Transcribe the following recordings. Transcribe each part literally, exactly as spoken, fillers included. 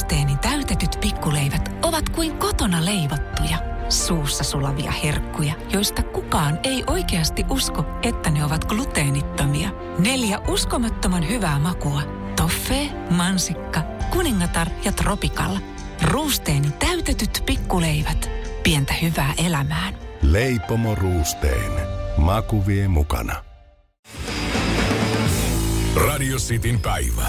Ruusteeni täytetyt pikkuleivät ovat kuin kotona leivottuja. Suussa sulavia herkkuja, joista kukaan ei oikeasti usko, että ne ovat gluteenittomia. Neljä uskomattoman hyvää makua. Toffee, mansikka, kuningatar ja tropikalla. Ruusteeni täytetyt pikkuleivät. Pientä hyvää elämään. Leipomo Ruusteen. Maku vie mukana. Radio Cityn päivä.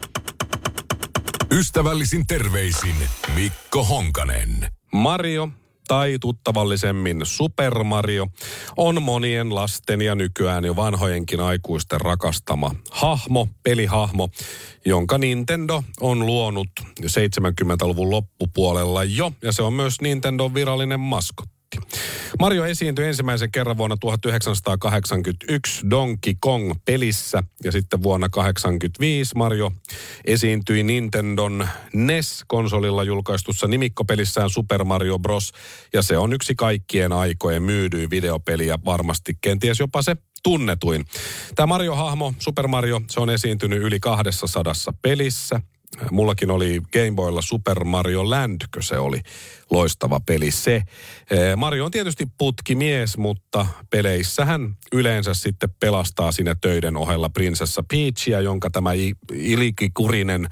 Ystävällisin terveisin Mikko Honkanen. Mario, tai tuttavallisemmin Super Mario, on monien lasten ja nykyään jo vanhojenkin aikuisten rakastama hahmo, pelihahmo, jonka Nintendo on luonut seitsemänkymmentäluvun loppupuolella jo, ja se on myös Nintendon virallinen maskotti. Mario esiintyi ensimmäisen kerran vuonna tuhatyhdeksänsataakahdeksankymmentäyksi Donkey Kong-pelissä, ja sitten vuonna tuhatyhdeksänsataakahdeksankymmentäviisi Mario esiintyi Nintendon N E S-konsolilla julkaistussa nimikkopelissään Super Mario Bros. Ja se on yksi kaikkien aikojen myydyin videopeli ja varmasti kenties jopa se tunnetuin. Tämä Mario-hahmo, Super Mario, se on esiintynyt yli kahdessasadassa pelissä. Mullakin oli Game Boylla Super Mario Land, kun se oli loistava peli se. Mario on tietysti putkimies, mutta peleissähän yleensä sitten pelastaa siinä töiden ohella prinsessa Peachia, jonka tämä ilikikurinen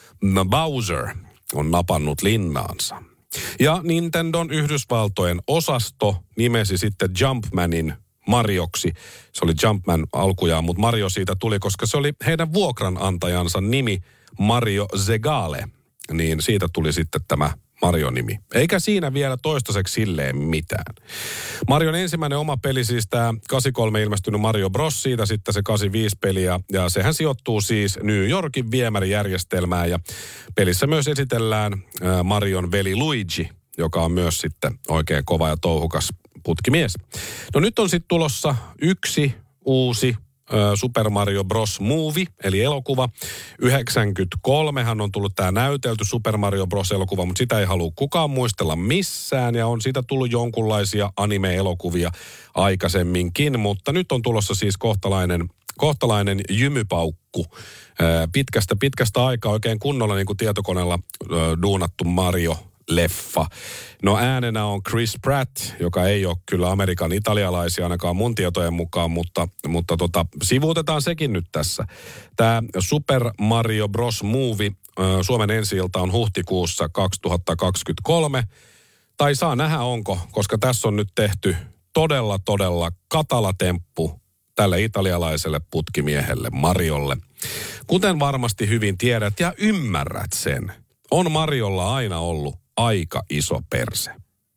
Bowser on napannut linnaansa. Ja Nintendon Yhdysvaltojen osasto nimesi sitten Jumpmanin Marioksi. Se oli Jumpman alkujaan, mutta Mario siitä tuli, koska se oli heidän vuokranantajansa nimi Mario Segale. Niin siitä tuli sitten tämä Mario-nimi. Eikä siinä vielä toistaiseksi silleen mitään. Marion ensimmäinen oma peli, siis tämä kahdeksankymmentäkolme ilmestynyt Mario Bros. Siitä sitten se kahdeksankymmentäviisi peliä. Ja sehän sijoittuu siis New Yorkin viemärijärjestelmään. Ja pelissä myös esitellään Marion veli Luigi, joka on myös sitten oikein kova ja touhukas putkimies. No nyt on sitten tulossa yksi uusi Super Mario Bros. Movie, eli elokuva. yhdeksänkymmentäkolmehan on tullut tämä näytelty Super Mario Bros. Elokuva, mutta sitä ei halua kukaan muistella missään, ja on siitä tullut jonkunlaisia anime-elokuvia aikaisemminkin, mutta nyt on tulossa siis kohtalainen, kohtalainen jymypaukku. Pitkästä, pitkästä aikaa oikein kunnolla niin kuin tietokoneella duunattu Mario leffa. No äänenä on Chris Pratt, joka ei ole kyllä Amerikan italialaisia ainakaan mun tietojen mukaan, mutta, mutta tota, sivuutetaan sekin nyt tässä. Tämä Super Mario Bros. Movie, Suomen ensi-ilta on huhtikuussa kaksituhattakaksikymmentäkolme. Tai saa nähdä onko, koska tässä on nyt tehty todella, todella katala temppu tälle italialaiselle putkimiehelle Mariolle. Kuten varmasti hyvin tiedät ja ymmärrät sen, on Mariolla aina ollut aika iso perse.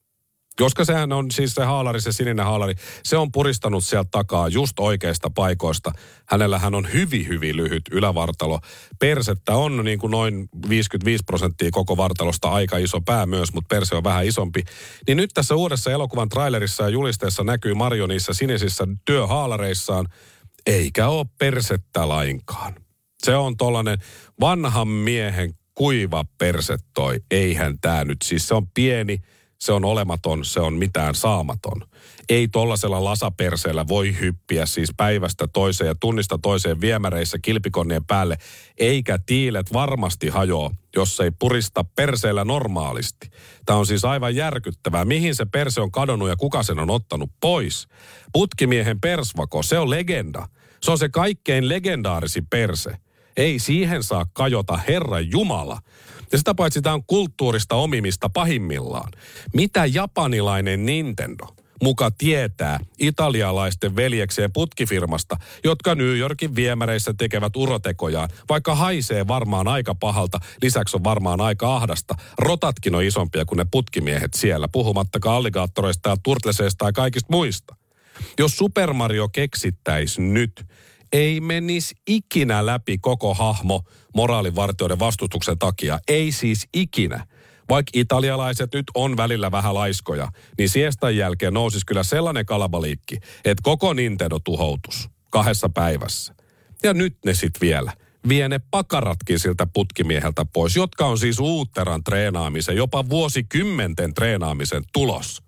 Koska sehän on siis se haalari, se sininen haalari, se on puristanut sieltä takaa just oikeista paikoista. Hänellähän on hyvin, hyvin lyhyt ylävartalo. Persettä on niin kuin noin viisikymmentäviisi prosenttia koko vartalosta, aika iso pää myös, mutta perse on vähän isompi. Niin nyt tässä uudessa elokuvan trailerissa ja julisteessa näkyy Mario niissä sinisissä työhaalareissaan, eikä ole persettä lainkaan. Se on tollainen vanhan miehen kuiva perse toi. Eihän tää nyt, siis se on pieni, se on olematon, se on mitään saamaton. Ei tollasella lasaperseellä voi hyppiä siis päivästä toiseen ja tunnista toiseen viemäreissä kilpikonnien päälle, eikä tiilet varmasti hajoa, jos ei purista perseellä normaalisti. Tää on siis aivan järkyttävää. Mihin se perse on kadonnut ja kuka sen on ottanut pois? Putkimiehen persvako, se on legenda. Se on se kaikkein legendaarisin perse. Ei siihen saa kajota, Herran Jumala. Ja sitä paitsi tämä on kulttuurista omimista pahimmillaan. Mitä japanilainen Nintendo muka tietää italialaisten veljekseen putkifirmasta, jotka New Yorkin viemäreissä tekevät urotekojaan, vaikka haisee varmaan aika pahalta, lisäksi on varmaan aika ahdasta. Rotatkin on isompia kuin ne putkimiehet siellä, puhumattakaan alligaattoreista ja turtleseista ja kaikista muista. Jos Super Mario keksittäisi nyt, ei menisi ikinä läpi koko hahmo moraalivartijoiden vastustuksen takia. Ei siis ikinä. Vaikka italialaiset nyt on välillä vähän laiskoja, niin siestan jälkeen nousisi kyllä sellainen kalabaliikki, että koko Nintendo tuhoutus kahdessa päivässä. Ja nyt ne sit vielä vie ne pakaratkin siltä putkimieheltä pois, jotka on siis uutteran treenaamisen, jopa vuosikymmenten treenaamisen tulos.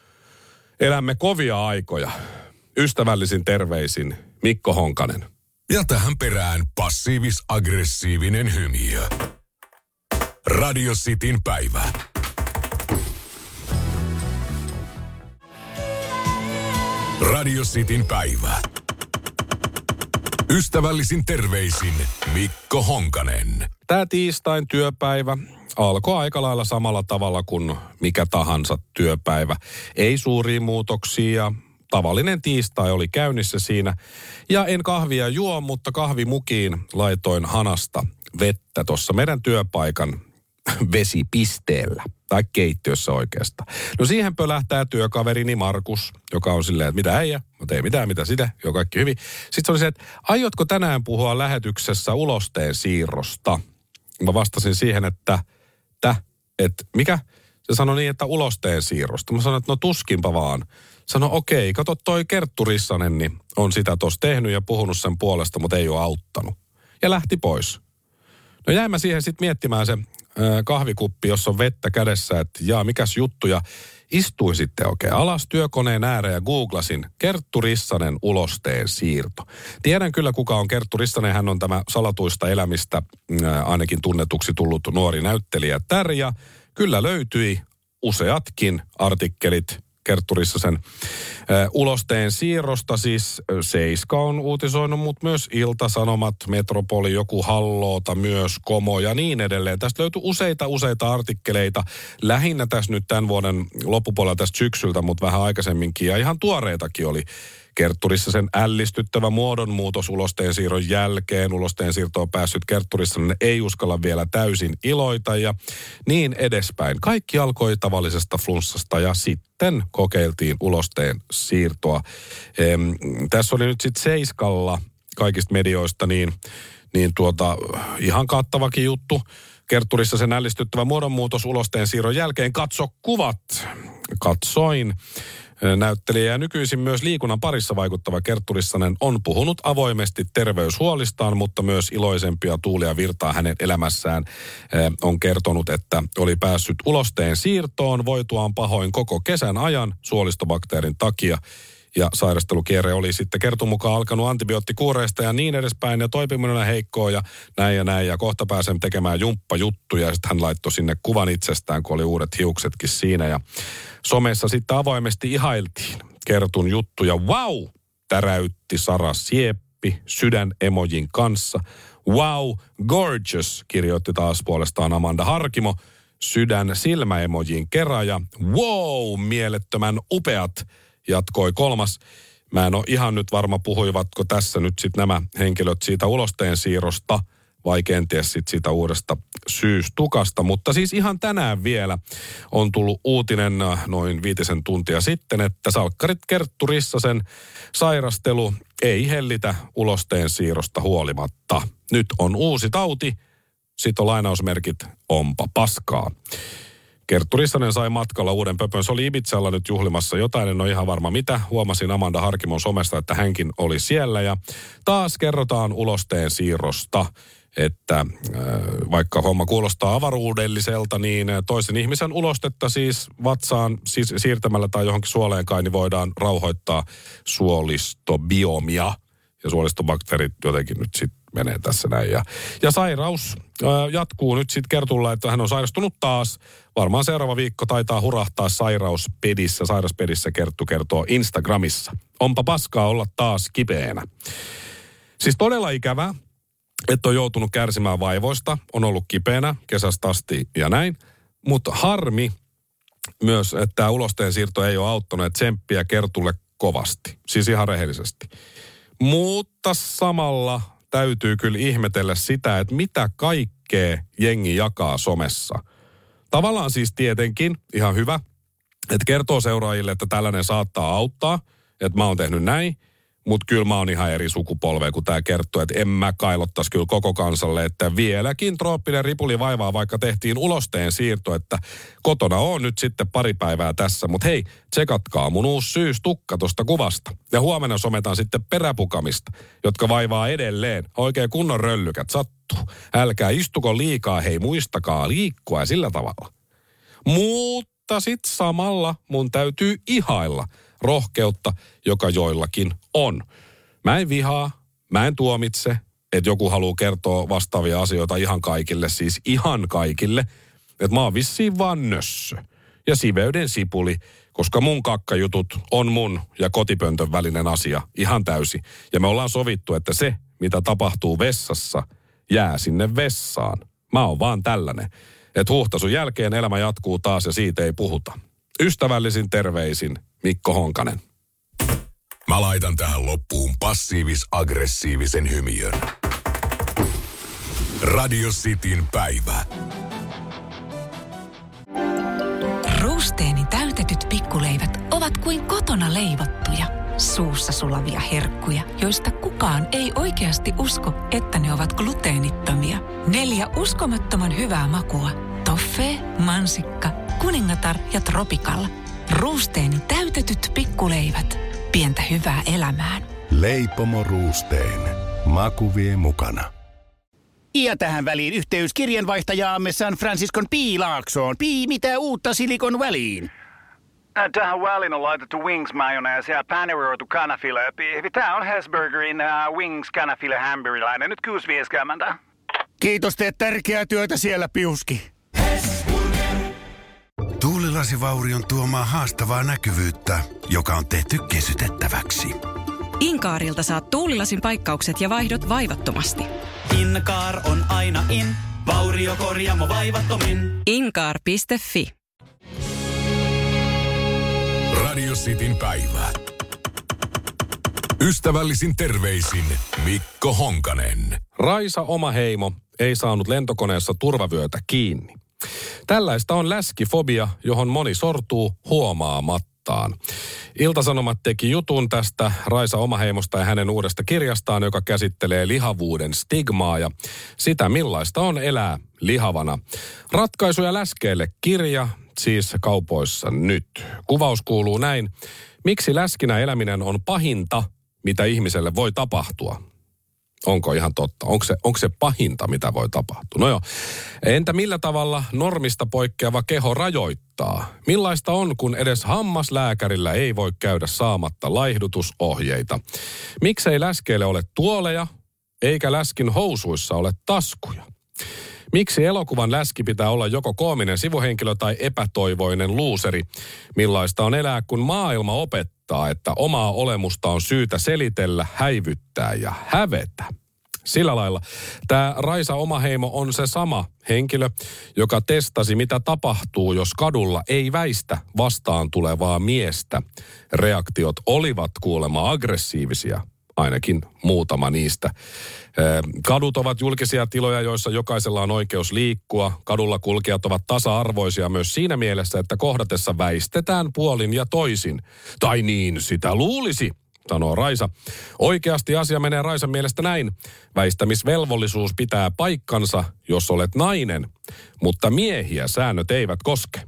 Elämme kovia aikoja. Ystävällisin terveisin Mikko Honkanen. Ja tähän perään passiivis-aggressiivinen hymiö. Radio Cityn päivä. Radio Cityn päivä. Ystävällisin terveisin Mikko Honkanen. Tämä tiistain työpäivä alkoi aika lailla samalla tavalla kuin mikä tahansa työpäivä. Ei suuria muutoksia. Tavallinen tiistai oli käynnissä siinä. Ja en kahvia juo, mutta kahvimukiin laitoin hanasta vettä tuossa meidän työpaikan vesipisteellä. Tai keittiössä oikeastaan. No siihen pölähtää työkaverini Markus, joka on silleen, että mitä äijä? Mä tein mitään, mitä sitä? Jo kaikki hyvin. Sitten se oli se, että aiotko tänään puhua lähetyksessä ulosteen siirrosta? Mä vastasin siihen, että tä, että mikä? Se sanoi niin, että ulosteen siirrosta. Mä sanoin, että no tuskinpa vaan. Sano okei, kato toi Kerttu Rissanen, niin on sitä tuossa tehnyt ja puhunut sen puolesta, mutta ei ole auttanut. Ja lähti pois. No jäin mä siihen sitten miettimään se äh, kahvikuppi, jossa on vettä kädessä, että jaa, mikäs juttu. Ja istuin sitten oikein alas työkoneen ääreen ja googlasin Kerttu Rissanen ulosteen siirto. Tiedän kyllä, kuka on Kerttu Rissanen. Hän on tämä salatuista elämistä äh, ainakin tunnetuksi tullut nuori näyttelijä tär. Ja kyllä löytyi useatkin artikkelit Kerttu Rissasen äh, ulosteen siirrosta. Siis Seiska on uutisoinut, mutta myös Ilta-Sanomat, Metropoli, joku Halloota, myös Komo ja niin edelleen. Tästä löytyi useita, useita artikkeleita. Lähinnä tässä nyt tämän vuoden loppupuolella tästä syksyltä, mutta vähän aikaisemminkin. Ja ihan tuoreitakin oli Kerttu Rissasen ällistyttävä muodonmuutos ulosteen siirron jälkeen. Ulosteen siirtoon päässyt Kerttu Rissanen ei uskalla vielä täysin iloita ja niin edespäin. Kaikki alkoi tavallisesta flunssasta ja sitten kokeiltiin ulosteen siirtoa. Ehm, tässä oli nyt sitten Seiskalla kaikista medioista niin, niin tuota, ihan kattavakin juttu. Kerttu Rissasen ällistyttävä muodonmuutos ulosteen siirron jälkeen. Katso kuvat. Katsoin. Näyttelijä ja nykyisin myös liikunnan parissa vaikuttava Kerttu Rissanen on puhunut avoimesti terveyshuolistaan, mutta myös iloisempia tuulia virtaa hänen elämässään. On kertonut, että oli päässyt ulosteen siirtoon voituaan pahoin koko kesän ajan suolistobakteerin takia. Ja sairastelukierre oli sitten Kertun mukaan alkanut antibioottikuureista ja niin edespäin. Ja toipuminen on heikkoa ja näin ja näin. Ja kohta pääsen tekemään jumppajuttuja. Ja sitten hän laittoi sinne kuvan itsestään, kun oli uudet hiuksetkin siinä. Ja somessa sitten avoimesti ihailtiin Kertun juttuja. Wow! Täräytti Sara Sieppi sydänemojin kanssa. Wow! Gorgeous! Kirjoitti taas puolestaan Amanda Harkimo sydän silmäemojin kerran. Ja wow! Mielettömän upeat! Jatkoi kolmas. Mä en ole ihan nyt varma, puhuivatko tässä nyt sitten nämä henkilöt siitä ulosteen siirrosta vai kenties sitten siitä uudesta syystukasta. Mutta siis ihan tänään vielä on tullut uutinen noin viitisen tuntia sitten, että salkkarit Kerttu Rissasen sairastelu ei hellitä ulosteen siirrosta huolimatta. Nyt on uusi tauti, sit on lainausmerkit, onpa paskaa. Kerttu Rissanen sai matkalla uuden pöpön. Se oli Ibizalla nyt juhlimassa jotain, en ole ihan varma mitä. Huomasin Amanda Harkimon somesta, että hänkin oli siellä. Ja taas kerrotaan ulosteen siirrosta, että äh, vaikka homma kuulostaa avaruudelliselta, niin toisen ihmisen ulostetta siis vatsaan siis siirtämällä tai johonkin suoleen kai, niin voidaan rauhoittaa suolistobiomia. Ja suolistobakteerit jotenkin nyt sitten menee tässä näin. Ja, ja sairaus ää, jatkuu nyt sitten Kertulla, että hän on sairastunut taas. Varmaan seuraava viikko taitaa hurahtaa sairauspedissä. Sairauspedissä Kerttu kertoo Instagramissa. Onpa paskaa olla taas kipeänä. Siis todella ikävää, että on joutunut kärsimään vaivoista. On ollut kipeänä kesästä asti ja näin. Mutta harmi myös, että tämä ulosteen siirto ei ole auttanut, että tsemppiä Kertulle kovasti. Siis ihan rehellisesti. Mutta samalla täytyy kyllä ihmetellä sitä, että mitä kaikkea jengi jakaa somessa. Tavallaan siis tietenkin ihan hyvä, että kertoo seuraajille, että tällainen saattaa auttaa, että mä oon tehnyt näin, mutta kyllä mä oon ihan eri sukupolvea kuin tää Kerttu, että en mä kailottaisi kyllä koko kansalle, että vieläkin trooppinen ripuli vaivaa, vaikka tehtiin ulosteen siirto, että kotona on nyt sitten pari päivää tässä, mutta hei, tsekatkaa mun uusi syystukka tuosta kuvasta. Ja huomenna sometaan sitten peräpukamista, jotka vaivaa edelleen. Oikein kunnon röllykät sattuu. Älkää istuko liikaa, hei muistakaa liikkua ja sillä tavalla. Mutta sitten samalla mun täytyy ihailla rohkeutta, joka joillakin on. Mä en vihaa, mä en tuomitse, että joku haluaa kertoa vastaavia asioita ihan kaikille, siis ihan kaikille. että mä oon vissiin vaan nössö ja siveyden sipuli, koska mun kakkajutut on mun ja kotipöntön välinen asia ihan täysi. Ja me ollaan sovittu, että se, mitä tapahtuu vessassa, jää sinne vessaan. Mä oon vaan tällainen. Että huuhtaisun jälkeen elämä jatkuu taas ja siitä ei puhuta. Ystävällisin terveisin Mikko Honkanen. Mä laitan tähän loppuun passiivis-aggressiivisen hymiön. Radio Cityn päivä. Ruusteenin täytetyt pikkuleivät ovat kuin kotona leivottuja, suussa sulavia herkkuja, joista kukaan ei oikeasti usko, että ne ovat gluteenittomia. Neljä uskomattoman hyvää makua. Toffee, mansikka, kuningatar ja tropikalla. Ruusteenin täytetyt pikkuleivät. Pientä hyvää elämään. Leipomo Roosteen. Maku vie mukana. Ja tähän väliin yhteys kirjanvaihtajaamme San Franciscon P. Laaksoon. Pi, mitä uutta Silikon väliin? Tähän väliin on laitettu wings mayonnaise ja paneroitu kanafila. Tämä on Hesburgerin uh, wings kanafila hamburilainen. Nyt kuusi vieskäämäntä. Kiitos, teet tärkeää työtä siellä, Piuski. Tuulilasivaurion tuomaa haastavaa näkyvyyttä, joka on tehty kesytettäväksi. Inkaarilta saat tuulilasin paikkaukset ja vaihdot vaivattomasti. Inkaar on aina in, vauriokorjaamo vaivattomin. Inkaar piste fi. Radio Cityn päivä. Ystävällisin terveisin Mikko Honkanen. Raisa oma heimo ei saanut lentokoneessa turvavyötä kiinni. Tällaista on läskifobia, johon moni sortuu huomaamattaan. Ilta-Sanomat teki jutun tästä Raisa omaheimosta ja hänen uudesta kirjastaan, joka käsittelee lihavuuden stigmaa ja sitä, millaista on elää lihavana. Ratkaisuja läskeille kirja, siis kaupoissa nyt. Kuvaus kuuluu näin. Miksi läskinä eläminen on pahinta, mitä ihmiselle voi tapahtua? Onko ihan totta? Onko se, onko se pahinta, mitä voi tapahtua? No joo. Entä millä tavalla normista poikkeava keho rajoittaa? Millaista on, kun edes hammaslääkärillä ei voi käydä saamatta laihdutusohjeita? Miksei läskeille ole tuoleja, eikä läskin housuissa ole taskuja? Miksi elokuvan läski pitää olla joko koominen sivuhenkilö tai epätoivoinen luuseri? Millaista on elää, kun maailma opettaa, että omaa olemusta on syytä selitellä, häivyttää ja hävetä? Sillä lailla tämä Raisa omaheimo on se sama henkilö, joka testasi, mitä tapahtuu, jos kadulla ei väistä vastaan tulevaa miestä. Reaktiot olivat kuulemma aggressiivisia. Ainakin muutama niistä. Kadut ovat julkisia tiloja, joissa jokaisella on oikeus liikkua. Kadulla kulkijat ovat tasa-arvoisia myös siinä mielessä, että kohdatessa väistetään puolin ja toisin. Tai niin sitä luulisi, sanoo Raisa. Oikeasti asia menee Raisan mielestä näin. Väistämisvelvollisuus pitää paikkansa, jos olet nainen, mutta miehiä säännöt eivät koske.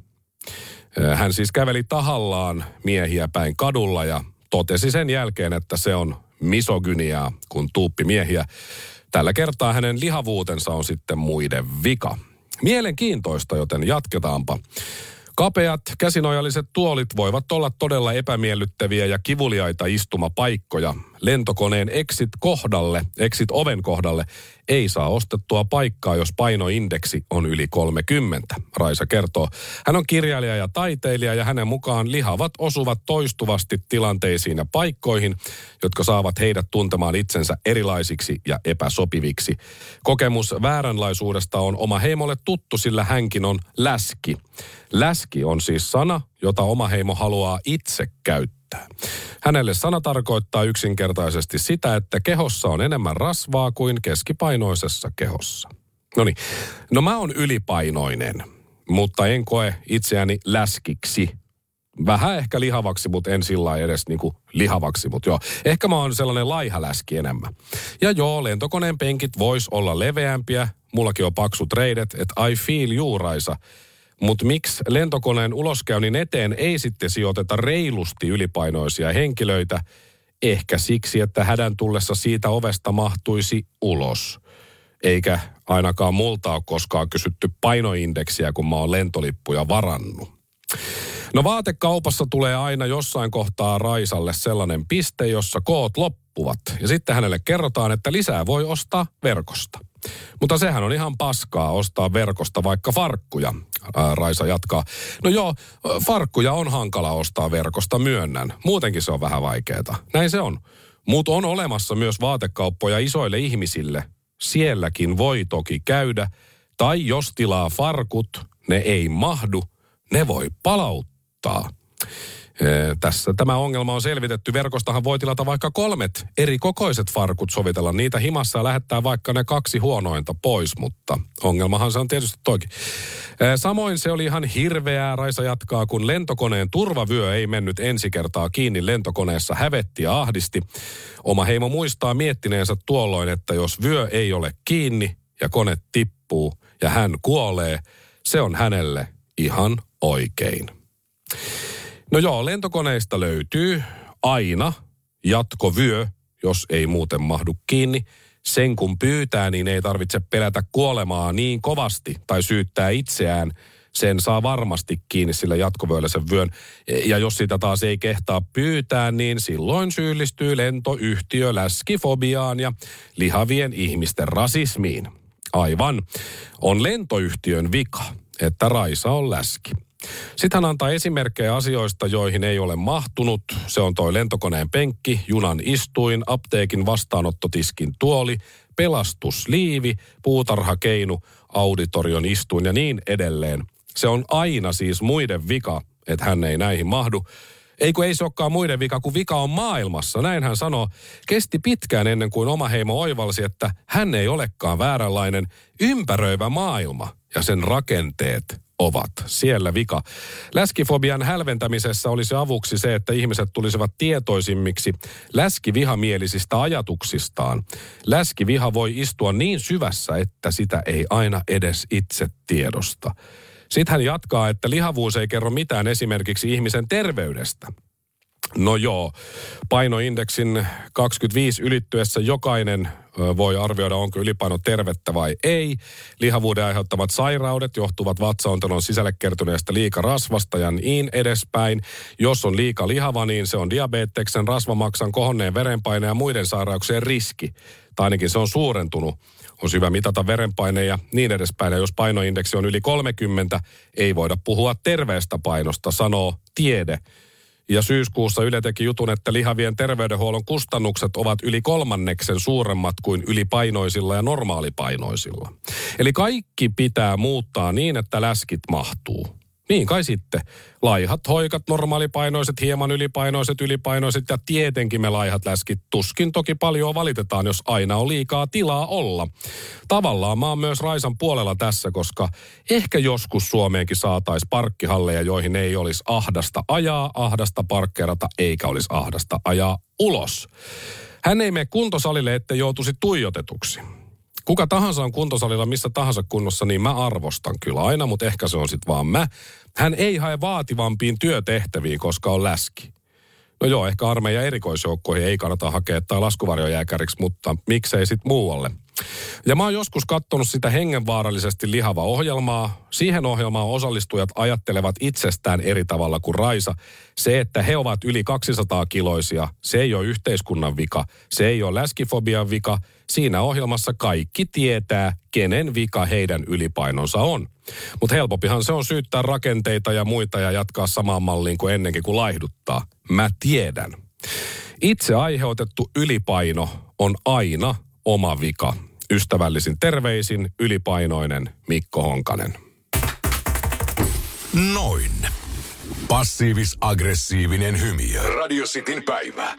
Hän siis käveli tahallaan miehiä päin kadulla ja totesi sen jälkeen, että se on misogyniaa, kun tuuppi miehiä. Tällä kertaa hänen lihavuutensa on sitten muiden vika. Mielenkiintoista, joten jatketaanpa. Kapeat, käsinojalliset tuolit voivat olla todella epämiellyttäviä ja kivuliaita istumapaikkoja. Lentokoneen exit-kohdalle, exit-oven kohdalle ei saa ostettua paikkaa, jos painoindeksi on yli kolmekymmentä, Raisa kertoo. Hän on kirjailija ja taiteilija ja hänen mukaan lihavat osuvat toistuvasti tilanteisiin ja paikkoihin, jotka saavat heidät tuntemaan itsensä erilaisiksi ja epäsopiviksi. Kokemus vääränlaisuudesta on oma heimolle tuttu, sillä hänkin on läski. Läski on siis sana, jota oma heimo haluaa itse käyttää. Hänelle sana tarkoittaa yksinkertaisesti sitä, että kehossa on enemmän rasvaa kuin keskipainoisessa kehossa. Noniin, no mä oon ylipainoinen, mutta en koe itseäni läskiksi. Vähän ehkä lihavaksi, mutta en sillä lailla edes niinku lihavaksi, mutta joo. Ehkä mä oon sellainen laihaläski enemmän. Ja joo, lentokoneen penkit vois olla leveämpiä, mullakin on paksut reidet, että I feel you, Raisa. Mutta miksi lentokoneen uloskäynnin eteen ei sitten sijoiteta reilusti ylipainoisia henkilöitä? Ehkä siksi, että hädän tullessa siitä ovesta mahtuisi ulos. Eikä ainakaan multa ole koskaan kysytty painoindeksiä, kun mä oon lentolippuja varannut. No vaatekaupassa tulee aina jossain kohtaa Raisalle sellainen piste, jossa koot loppuvat. Ja sitten hänelle kerrotaan, että lisää voi ostaa verkosta. Mutta sehän on ihan paskaa ostaa verkosta vaikka farkkuja, ää, Raisa jatkaa. No joo, farkkuja on hankala ostaa verkosta, myönnän. Muutenkin se on vähän vaikeaa. Näin se on. Mutta on olemassa myös vaatekauppoja isoille ihmisille. Sielläkin voi toki käydä. Tai jos tilaa farkut, ne ei mahdu, ne voi palauttaa. Ee, tässä tämä ongelma on selvitetty. Verkostahan voi tilata vaikka kolmet eri kokoiset farkut, sovitella niitä himassa ja lähettää vaikka ne kaksi huonointa pois, mutta ongelmahan se on tietysti toikin. Ee, samoin se oli ihan hirveää, Raisa jatkaa, kun lentokoneen turvavyö ei mennyt ensi kertaa kiinni lentokoneessa, hävetti ja ahdisti. Oma heimo muistaa miettineensä tuolloin, että jos vyö ei ole kiinni ja kone tippuu ja hän kuolee, se on hänelle ihan oikein. No joo, lentokoneista löytyy aina jatkovyö, jos ei muuten mahdu kiinni. Sen kun pyytää, niin ei tarvitse pelätä kuolemaa niin kovasti tai syyttää itseään. Sen saa varmasti kiinni sillä jatkovyöllä sen vyön. Ja jos sitä taas ei kehtaa pyytää, niin silloin syyllistyy lentoyhtiö läskifobiaan ja lihavien ihmisten rasismiin. Aivan. On lentoyhtiön vika, että Raisa on läski. Sitten hän antaa esimerkkejä asioista, joihin ei ole mahtunut. Se on toi lentokoneen penkki, junan istuin, apteekin vastaanottotiskin tuoli, pelastusliivi, puutarhakeinu, auditorion istuin ja niin edelleen. Se on aina siis muiden vika, että hän ei näihin mahdu. Ei kun ei se olekaan muiden vika, kun vika on maailmassa. Näin hän sanoo. Kesti pitkään ennen kuin oma heimo oivalsi, että hän ei olekaan vääränlainen. Ympäröivä maailma ja sen rakenteet ovat siellä vika. Läskifobian hälventämisessä olisi avuksi se, että ihmiset tulisivat tietoisimmiksi läskivihamielisistä ajatuksistaan. Läskiviha voi istua niin syvässä, että sitä ei aina edes itse tiedosta. Sitten hän jatkaa, että lihavuus ei kerro mitään esimerkiksi ihmisen terveydestä. No joo, painoindeksin kaksikymmentäviisi ylittyessä jokainen voi arvioida, onko ylipaino tervettä vai ei. Lihavuuden aiheuttamat sairaudet johtuvat vatsaontelon sisälle kertyneestä liikarasvasta ja niin edespäin. Jos on liika lihava, niin se on diabeteksen, rasvamaksan, kohonneen verenpaineen ja muiden sairauksien riski. Tai ainakin se on suurentunut. On hyvä mitata verenpaine ja niin edespäin. Ja jos painoindeksi on yli kolmekymmentä, ei voida puhua terveestä painosta, sanoo tiede. Ja syyskuussa Yle teki jutun, että lihavien terveydenhuollon kustannukset ovat yli kolmanneksen suuremmat kuin ylipainoisilla ja normaalipainoisilla. Eli kaikki pitää muuttaa niin, että läskit mahtuu. Niin kai sitten. Laihat, hoikat, normaalipainoiset, hieman ylipainoiset, ylipainoiset ja tietenkin me laihat läskit tuskin toki paljon valitetaan, jos aina on liikaa tilaa olla. Tavallaan mä oon myös Raisan puolella tässä, koska ehkä joskus Suomeenkin saataisiin parkkihalleja, joihin ei olisi ahdasta ajaa, ahdasta parkkeerata eikä olisi ahdasta ajaa ulos. Hän ei mene kuntosalille, ettei joutuisi tuijotetuksi. Kuka tahansa on kuntosalilla missä tahansa kunnossa, niin mä arvostan kyllä aina, mutta ehkä se on sitten vaan mä. Hän ei hae vaativampiin työtehtäviin, koska on läski. No joo, ehkä armeijan erikoisjoukkoihin ei kannata hakea tai laskuvarjojääkäriksi, mutta miksei sitten muualle. Ja mä oon joskus katsonut sitä hengenvaarallisesti lihava ohjelmaa. Siihen ohjelmaan osallistujat ajattelevat itsestään eri tavalla kuin Raisa. Se, että he ovat yli kaksisataa kiloisia, se ei ole yhteiskunnan vika. Se ei ole läskifobian vika. Siinä ohjelmassa kaikki tietää, kenen vika heidän ylipainonsa on. Mutta helpompihan se on syyttää rakenteita ja muita ja jatkaa samaan malliin kuin ennenkin kuin laihduttaa. Mä tiedän. Itse aiheutettu ylipaino on aina oma vika. Ystävällisin terveisin ylipainoinen Mikko Honkanen. Noin. Passiivis-aggressiivinen hymiö. Radio Cityn päivä.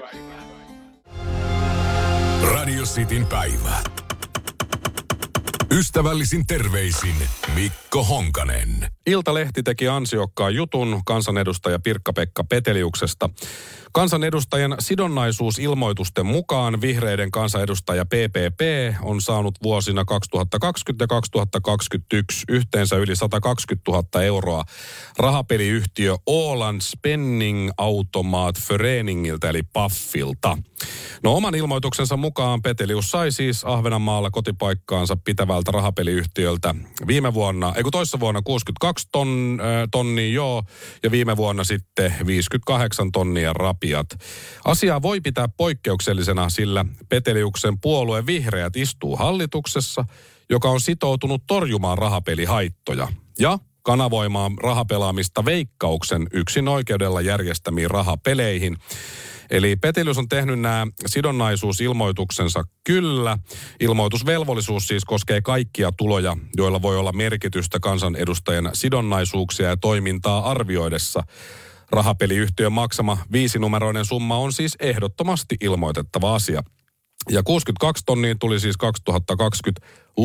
Radio Cityn päivä. Ystävällisin terveisin Mikko Honkanen. Iltalehti teki ansiokkaan jutun kansanedustaja Pirkka-Pekka Peteliuksesta. Kansanedustajan sidonnaisuusilmoitusten mukaan vihreiden kansanedustaja P P P on saanut vuosina kaksituhattakaksikymmentä ja kaksituhattakaksikymmentäyksi yhteensä yli sata kaksikymmentätuhatta euroa rahapeliyhtiö Åland Spending Automat Föreningiltä eli Paffilta. No oman ilmoituksensa mukaan Petelius sai siis Ahvenanmaalla kotipaikkaansa pitävältä rahapeliyhtiöltä viime vuonna, eikö toissa vuonna kuusikymmentäkaksi kuusikymmentäyksi ton, äh, tonnia joo, ja viime vuonna sitten viisikymmentäkahdeksan tonnia rapiat. Asiaa voi pitää poikkeuksellisena, sillä Peteliuksen puolue Vihreät istuu hallituksessa, joka on sitoutunut torjumaan rahapelihaittoja ja kanavoimaan rahapelaamista Veikkauksen yksin oikeudella järjestämiin rahapeleihin. Eli Petelius on tehnyt nämä sidonnaisuusilmoituksensa kyllä. Ilmoitusvelvollisuus siis koskee kaikkia tuloja, joilla voi olla merkitystä kansanedustajien sidonnaisuuksia ja toimintaa arvioidessa. Rahapeliyhtiön maksama viisinumeroinen summa on siis ehdottomasti ilmoitettava asia. Ja kuusikymmentäkaksi tonnia tuli siis kaksituhattakaksikymmentä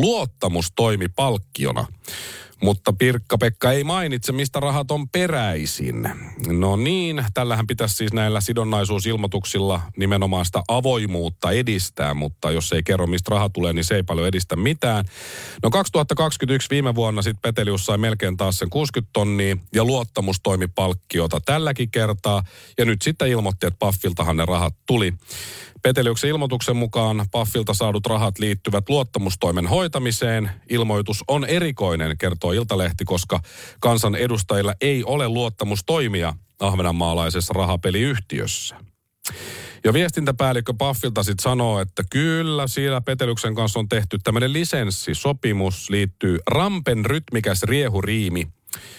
luottamustoimipalkkiona. Mutta Pirkka-Pekka ei mainitse, mistä rahat on peräisin. No niin, tällähän pitäisi siis näillä sidonnaisuusilmoituksilla nimenomaan sitä avoimuutta edistää, mutta jos ei kerro, mistä raha tulee, niin se ei paljon edistä mitään. No kaksituhattakaksikymmentäyksi viime vuonna sitten Petelius sai melkein taas sen kuusikymmentä tonnia ja luottamustoimipalkkiota tälläkin kertaa. Ja nyt sitten ilmoitti, että Paffiltahan ne rahat tuli. Peteliuksen ilmoituksen mukaan Paffilta saadut rahat liittyvät luottamustoimen hoitamiseen. Ilmoitus on erikoinen, kertoo Iltalehti, koska kansan edustajilla ei ole luottamustoimia ahvenanmaalaisessa rahapeliyhtiössä. Ja viestintäpäällikkö Paffilta sitten sanoo, että kyllä siinä Peteliuksen kanssa on tehty tämmöinen lisenssisopimus, liittyy Rampen rytmikäs riehuriimi.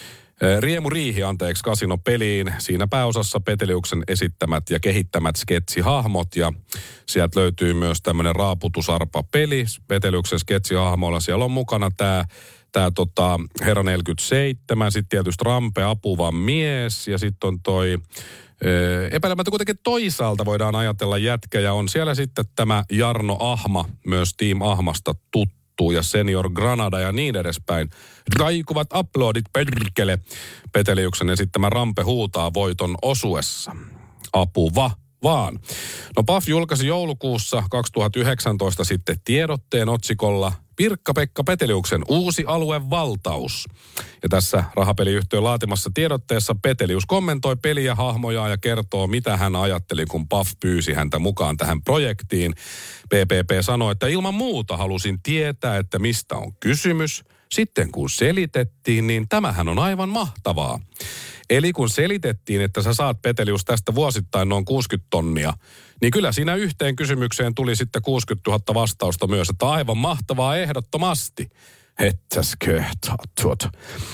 Riemuriihi, anteeksi, kasinopeliin. Siinä pääosassa Peteliuksen esittämät ja kehittämät sketsihahmot. Ja sieltä löytyy myös tämmöinen raaputusarpa-peli. Peteliuksen sketsihahmoilla siellä on mukana tämä tää tota, Herra neljäkymmentäseitsemän, sitten tietysti Rampe, apuva mies. Ja sitten on toi, epäilemättä kuitenkin toisaalta voidaan ajatella jätkä. Ja on siellä sitten tämä Jarno Ahma, myös Team Ahmasta tuttu. Ja Senior Granada ja niin edespäin. Raikuvat uploadit perkele. Peteliuksen esittämä Rampe huutaa voiton osuessa. Apuva vaan. No Paf julkaisi joulukuussa kaksituhattayhdeksäntoista sitten tiedotteen otsikolla Pirkka-Pekka Peteliuksen uusi aluevaltaus. Ja tässä rahapeliyhtiön laatimassa tiedotteessa Petelius kommentoi peliä, hahmoja ja kertoo, mitä hän ajatteli, kun Paf pyysi häntä mukaan tähän projektiin. P P P sanoi, että ilman muuta halusin tietää, että mistä on kysymys. Sitten kun selitettiin, niin tämähän on aivan mahtavaa. Eli kun selitettiin, että sä saat Petelius tästä vuosittain noin kuusikymmentä tonnia, niin kyllä siinä yhteen kysymykseen tuli sitten kuusikymmentätuhatta vastausta myös, että aivan mahtavaa ehdottomasti. Hettäskö tuota.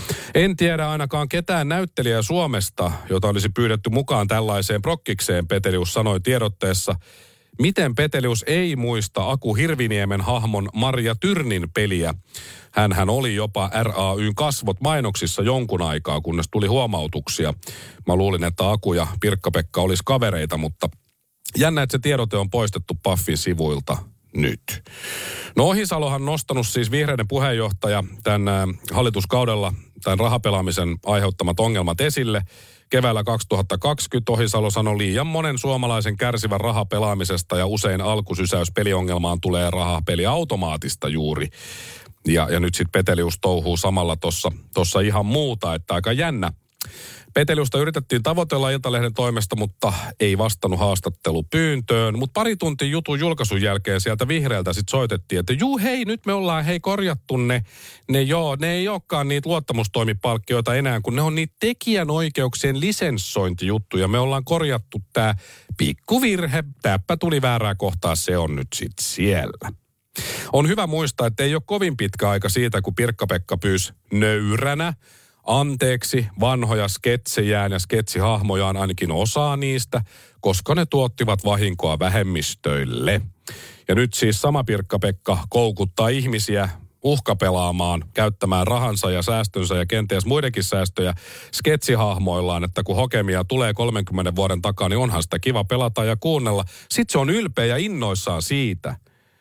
En tiedä ainakaan ketään näyttelijää Suomesta, jota olisi pyydetty mukaan tällaiseen prokkikseen, Petelius sanoi tiedotteessa. Miten Petelius ei muista Aku Hirviniemen hahmon Marja Tyrnin peliä? Hänhän oli jopa R A Y:n kasvot mainoksissa jonkun aikaa, kunnes tuli huomautuksia. Mä luulin, että Aku ja Pirkka-Pekka olisi kavereita, mutta jännä, että se tiedote on poistettu Paffin sivuilta nyt. No Ohisalohan on nostanut siis vihreiden puheenjohtaja tämän hallituskaudella tämän rahapelaamisen aiheuttamat ongelmat esille. Keväällä kaksituhattakaksikymmentä Ohisalo sanoi liian monen suomalaisen kärsivän rahapelaamisesta ja usein alkusysäys peliongelmaan tulee rahapeliautomaatista juuri. Ja, ja nyt sitten Petelius touhuu samalla tuossa tossa ihan muuta, että aika jännä. Peteliusta yritettiin tavoitella Iltalehden toimesta, mutta ei vastannut haastattelupyyntöön. Mutta pari tuntia jutun julkaisun jälkeen sieltä vihreältä sitten soitettiin, että juu hei, nyt me ollaan hei korjattu ne, ne joo, ne ei olekaan niitä luottamustoimipalkkioita enää, kun ne on niitä tekijänoikeuksien lisenssointijuttuja. Me ollaan korjattu tämä pikkuvirhe, täppä tuli väärää kohtaa, se on nyt sitten siellä. On hyvä muistaa, että ei ole kovin pitkä aika siitä, kun Pirkka-Pekka pyysi nöyränä anteeksi vanhoja sketsejään ja sketsihahmojaan, ainakin osaa niistä, koska ne tuottivat vahinkoa vähemmistöille. Ja nyt siis sama Pirkka-Pekka koukuttaa ihmisiä uhkapelaamaan, käyttämään rahansa ja säästönsä ja kenties muidenkin säästöjä sketsihahmoillaan, että kun hokemia tulee kolmenkymmenen vuoden takaa, niin onhan sitä kiva pelata ja kuunnella. Sitten se on ylpeä ja innoissaan siitä.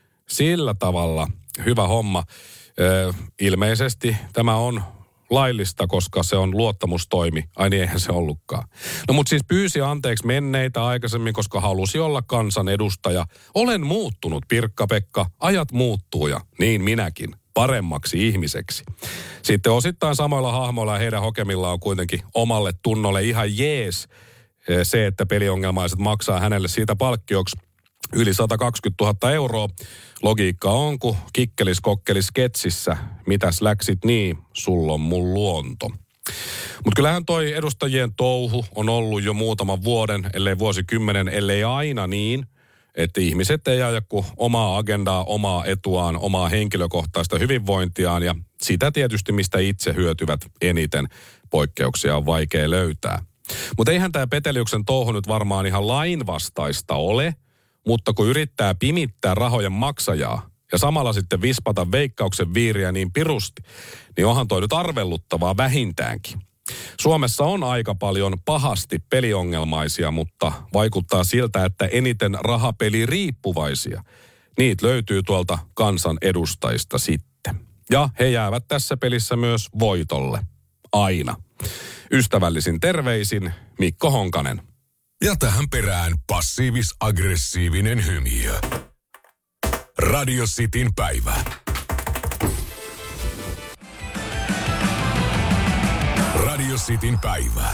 Sillä tavalla hyvä homma. Ö, ilmeisesti tämä on laillista, koska se on luottamustoimi. Ai niin, eihän se ollutkaan. No mutta siis pyysi anteeksi menneitä aikaisemmin, koska halusi olla kansanedustaja. Olen muuttunut, Pirkka-Pekka. Ajat muuttuu ja niin minäkin. Paremmaksi ihmiseksi. Sitten osittain samoilla hahmoilla ja heidän hokemillaan on kuitenkin omalle tunnolle ihan jees se, että peliongelmaiset maksaa hänelle siitä palkkioksi yli sata kaksikymmentätuhatta euroa. Logiikka on, kun kikkelis kokkelis sketsissä. Mitäs läksit niin? Sulla on mun luonto. Mutta kyllähän toi edustajien touhu on ollut jo muutaman vuoden, ellei vuosikymmenen, ellei aina niin, että ihmiset ei aja kuin omaa agendaa, omaa etuaan, omaa henkilökohtaista hyvinvointiaan ja sitä tietysti, mistä itse hyötyvät eniten. Poikkeuksia on vaikea löytää. Mutta eihän tämä Peteliuksen touhu nyt varmaan ihan lainvastaista ole, mutta kun yrittää pimittää rahojen maksajaa ja samalla sitten vispata Veikkauksen viiriä niin pirusti, niin onhan toi nyt arvelluttavaa vähintäänkin. Suomessa on aika paljon pahasti peliongelmaisia, mutta vaikuttaa siltä, että eniten rahapeliriippuvaisia. Niitä löytyy tuolta kansan edustajista sitten. Ja he jäävät tässä pelissä myös voitolle. Aina. Ystävällisin terveisin Mikko Honkanen. Ja tähän perään passiivis-aggressiivinen hymiö. Radio Cityn päivä. Radio Cityn päivä.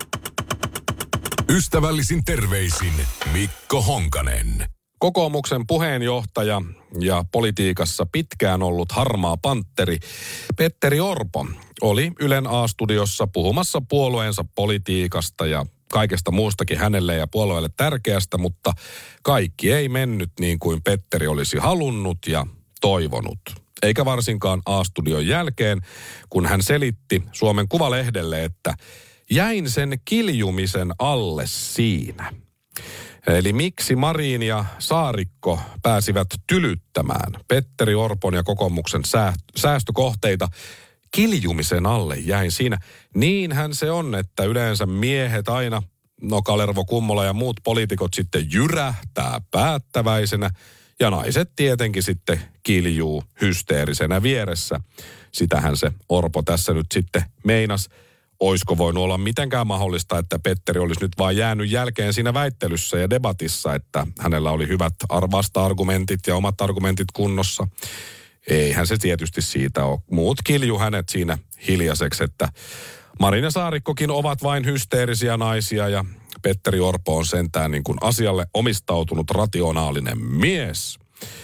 Ystävällisin terveisin Mikko Honkanen. Kokoomuksen puheenjohtaja ja politiikassa pitkään ollut harmaa pantteri Petteri Orpo oli Ylen A-studiossa puhumassa puolueensa politiikasta ja kaikesta muustakin hänelle ja puolueelle tärkeästä, mutta kaikki ei mennyt niin kuin Petteri olisi halunnut ja toivonut. Eikä varsinkaan A-studion jälkeen, kun hän selitti Suomen Kuvalehdelle, että jäin sen kiljumisen alle siinä. Eli miksi Marin ja Saarikko pääsivät tylyttämään Petteri Orpon ja kokoomuksen säästökohteita kiljumisen alle jäin siinä. Niinhän se on, että yleensä miehet aina, no Kalervo Kummola ja muut poliitikot sitten jyrähtää päättäväisenä ja naiset tietenkin sitten kiljuu hysteerisenä vieressä. Sitähän se Orpo tässä nyt sitten meinas. Oisko voinut olla mitenkään mahdollista, että Petteri olisi nyt vaan jäänyt jälkeen siinä väittelyssä ja debatissa, että hänellä oli hyvät vasta-argumentit ja omat argumentit kunnossa. Eihän se tietysti siitä ole. Muut kilju hänet siinä hiljaiseksi, että Marin ja Saarikkokin ovat vain hysteerisiä naisia ja Petteri Orpo on sentään niin kuin asialle omistautunut rationaalinen mies.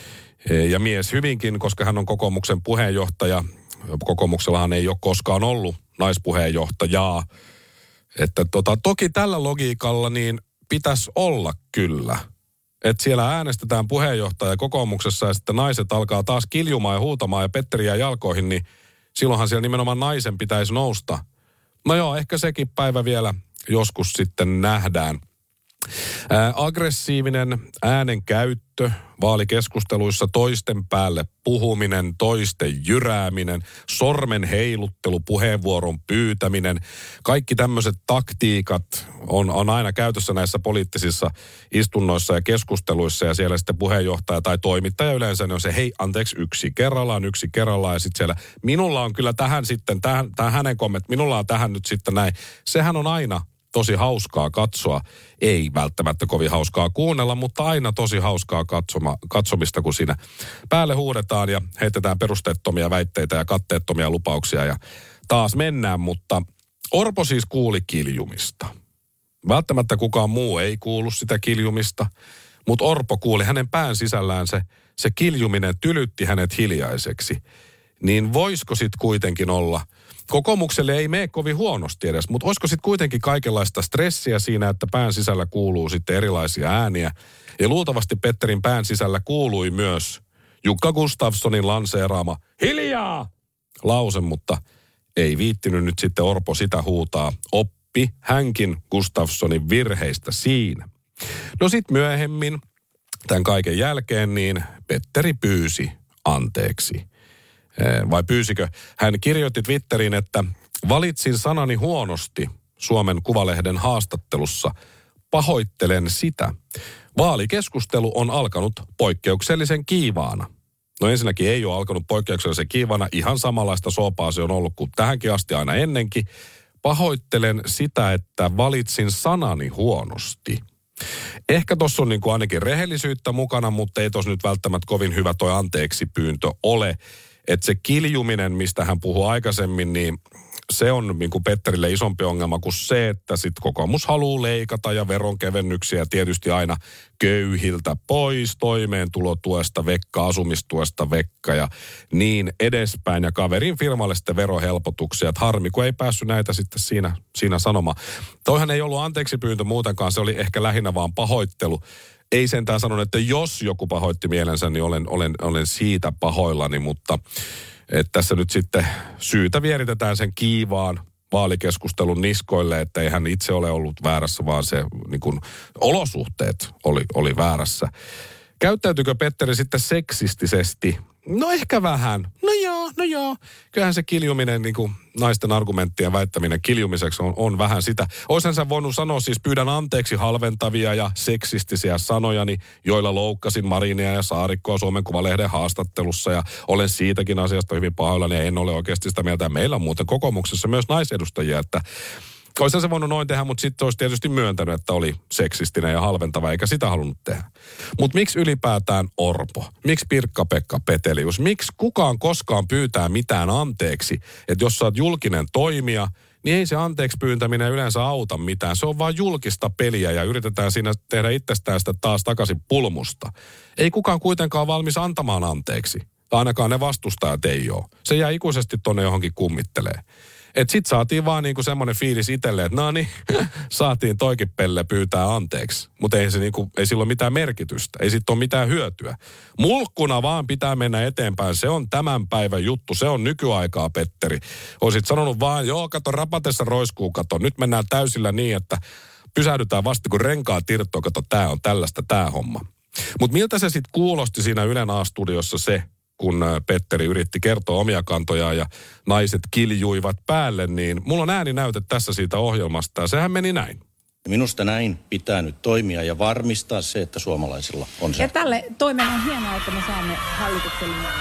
Ja mies hyvinkin, koska hän on kokoomuksen puheenjohtaja. Kokoomuksellahan ei ole koskaan ollut naispuheenjohtajaa. Että tota, toki tällä logiikalla niin pitäisi olla kyllä. Että siellä äänestetään puheenjohtaja kokoomuksessa ja sitten naiset alkaa taas kiljumaan ja huutamaan ja Petteri jää jalkoihin, niin silloinhan siellä nimenomaan naisen pitäisi nousta. No joo, ehkä sekin päivä vielä joskus sitten nähdään. Ää, aggressiivinen äänen käyttö vaalikeskusteluissa, toisten päälle puhuminen, toisten jyrääminen, sormen heiluttelu, puheenvuoron pyytäminen. Kaikki tämmöiset taktiikat on, on aina käytössä näissä poliittisissa istunnoissa ja keskusteluissa ja siellä sitten puheenjohtaja tai toimittaja yleensä niin on se hei anteeksi yksi kerrallaan, yksi kerrallaan ja sitten siellä minulla on kyllä tähän sitten, tähän, tähän hänen kommentti, minulla on tähän nyt sitten näin. Sehän on aina tosi hauskaa katsoa. Ei välttämättä kovin hauskaa kuunnella, mutta aina tosi hauskaa katsoma, katsomista, kun siinä päälle huudetaan ja heitetään perusteettomia väitteitä ja katteettomia lupauksia ja taas mennään, mutta Orpo siis kuuli kiljumista. Välttämättä kukaan muu ei kuulu sitä kiljumista, mutta Orpo kuuli hänen pään sisällään se, se kiljuminen tylytti hänet hiljaiseksi. Niin voisiko sitten kuitenkin olla, kokoomukselle ei mene kovin huonosti edes, mutta olisiko sitten kuitenkin kaikenlaista stressiä siinä, että pään sisällä kuuluu sitten erilaisia ääniä. Ja luultavasti Petterin pään sisällä kuului myös Jukka Gustafssonin lanseeraama hiljaa lause, mutta ei viittinyt nyt sitten Orpo sitä huutaa. Oppi hänkin Gustafssonin virheistä siinä. No sitten myöhemmin, tämän kaiken jälkeen, niin Petteri pyysi anteeksi. Vai pyysikö? Hän kirjoitti Twitteriin, että valitsin sanani huonosti Suomen Kuvalehden haastattelussa. Pahoittelen sitä. Vaalikeskustelu on alkanut poikkeuksellisen kiivaana. No ensinnäkin ei ole alkanut poikkeuksellisen kiivaana. Ihan samanlaista soopaa se on ollut kuin tähänkin asti aina ennenkin. Pahoittelen sitä, että valitsin sanani huonosti. Ehkä tuossa on niin kuin ainakin rehellisyyttä mukana, mutta ei tuossa nyt välttämättä kovin hyvä toi anteeksi pyyntö ole. Että se kiljuminen, mistä hän puhui aikaisemmin, niin se on niin kuin Petterille isompi ongelma kuin se, että sitten kokoomus haluaa leikata ja veronkevennyksiä tietysti aina köyhiltä pois, toimeentulotuesta vekka, asumistuesta vekka ja niin edespäin. Ja kaverin firmalle sitten verohelpotuksia, että harmi, kun ei päässyt näitä sitten siinä, siinä sanomaan. Toihan ei ollut anteeksi pyyntö muutenkaan, se oli ehkä lähinnä vaan pahoittelu. Ei sentään sanonut, että jos joku pahoitti mielensä, niin olen, olen, olen siitä pahoillani, mutta että tässä nyt sitten syytä vieritetään sen kiivaan vaalikeskustelun niskoille, että ei hän itse ole ollut väärässä, vaan se niin kuin, olosuhteet oli, oli väärässä. Käyttäytyykö Petteri sitten seksistisesti? No ehkä vähän. No joo, no joo. Kyllähän se kiljuminen, niin kuin naisten argumenttien väittäminen kiljumiseksi on, on vähän sitä. Oisin sä voinut sanoa siis pyydän anteeksi halventavia ja seksistisiä sanojani, joilla loukkasin Marinia ja Saarikkoa Suomen Kuvalehden haastattelussa. Ja olen siitäkin asiasta hyvin pahoillani ja en ole oikeasti sitä mieltä. Meillä on muuten kokoomuksessa myös naisedustajia, että olisi se voinut noin tehdä, mutta sitten olisi tietysti myöntänyt, että oli seksistinen ja halventava, eikä sitä halunnut tehdä. Mutta miksi ylipäätään Orpo? Miksi Pirkka-Pekka Petelius? Miksi kukaan koskaan pyytää mitään anteeksi? Että jos sä oot julkinen toimija, niin ei se anteeksi pyyntäminen yleensä auta mitään. Se on vaan julkista peliä ja yritetään siinä tehdä itsestään sitä taas takaisin pulmusta. Ei kukaan kuitenkaan valmis antamaan anteeksi. Ainakaan ne vastustajat ei ole. Se jää ikuisesti tonne johonkin kummittelee. Että sit saatiin vaan niinku semmoinen fiilis itselleen, että no niin, saatiin toikin pelle pyytää anteeksi. Mutta ei, se niinku, ei sillä ole mitään merkitystä, ei sit ole mitään hyötyä. Mulkkuna vaan pitää mennä eteenpäin, se on tämän päivän juttu, se on nykyaikaa, Petteri. Oisit sanonut vaan, joo, kato, rapatessa roiskuu, kato, nyt mennään täysillä niin, että pysähdytään vasta kun renkaat irtoa, kato, tää on tällaista tää homma. Mutta miltä se sitten kuulosti siinä Ylen A-studiossa se, kun Petteri yritti kertoa omia kantojaan ja naiset kiljuivat päälle, niin mulla on ääninäyte tässä siitä ohjelmasta ja sehän meni näin. Minusta näin pitää nyt toimia ja varmistaa se, että suomalaisilla on se. Ja tälle toimeen on hienoa, että me saamme hallituksen linjaan.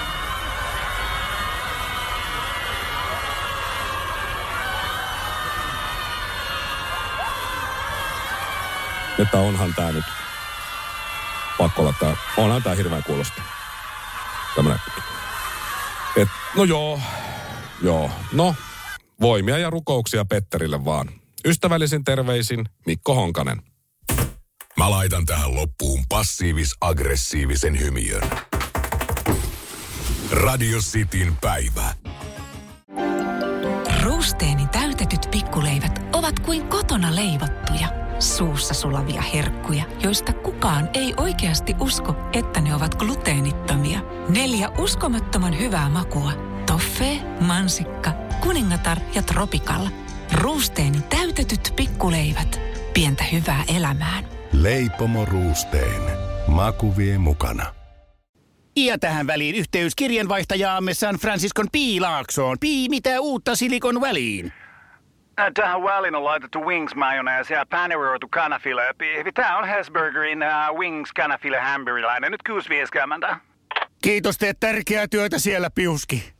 Että onhan tää nyt pakko olla tää, onhan tää hirveän kuulosta. Tämmönen. Et, no joo, joo, no voimia ja rukouksia Petterille vaan. Ystävällisin terveisin Mikko Honkanen. Mä laitan tähän loppuun passiivis-aggressiivisen hymiön. Radio Cityn päivä. Ruusteeni täytetyt pikkuleivät ovat kuin kotona leivottuja, suussa sulavia herkkuja, joista kukaan ei oikeasti usko, että ne ovat gluteenittomia. Neljä uskomattoman hyvää makua. Toffee, mansikka, kuningatar ja tropical. Ruusteeni täytetyt pikkuleivät. Pientä hyvää elämään. Leipomo Ruusteen. Maku vie mukana. Ja tähän väliin yhteys kirjanvaihtajaamme San Franciscon Piilaaksoon. Pii, mitä uutta Silikon väliin? Tähän väliin on laitettu wings mayonnaise ja paneroitu kanafila. Tämä on Hesburgerin uh, wings kanafila hamburilainen. Nyt kuusi vieskäämäntä. Kiitos, teet tärkeää työtä siellä, Piuski.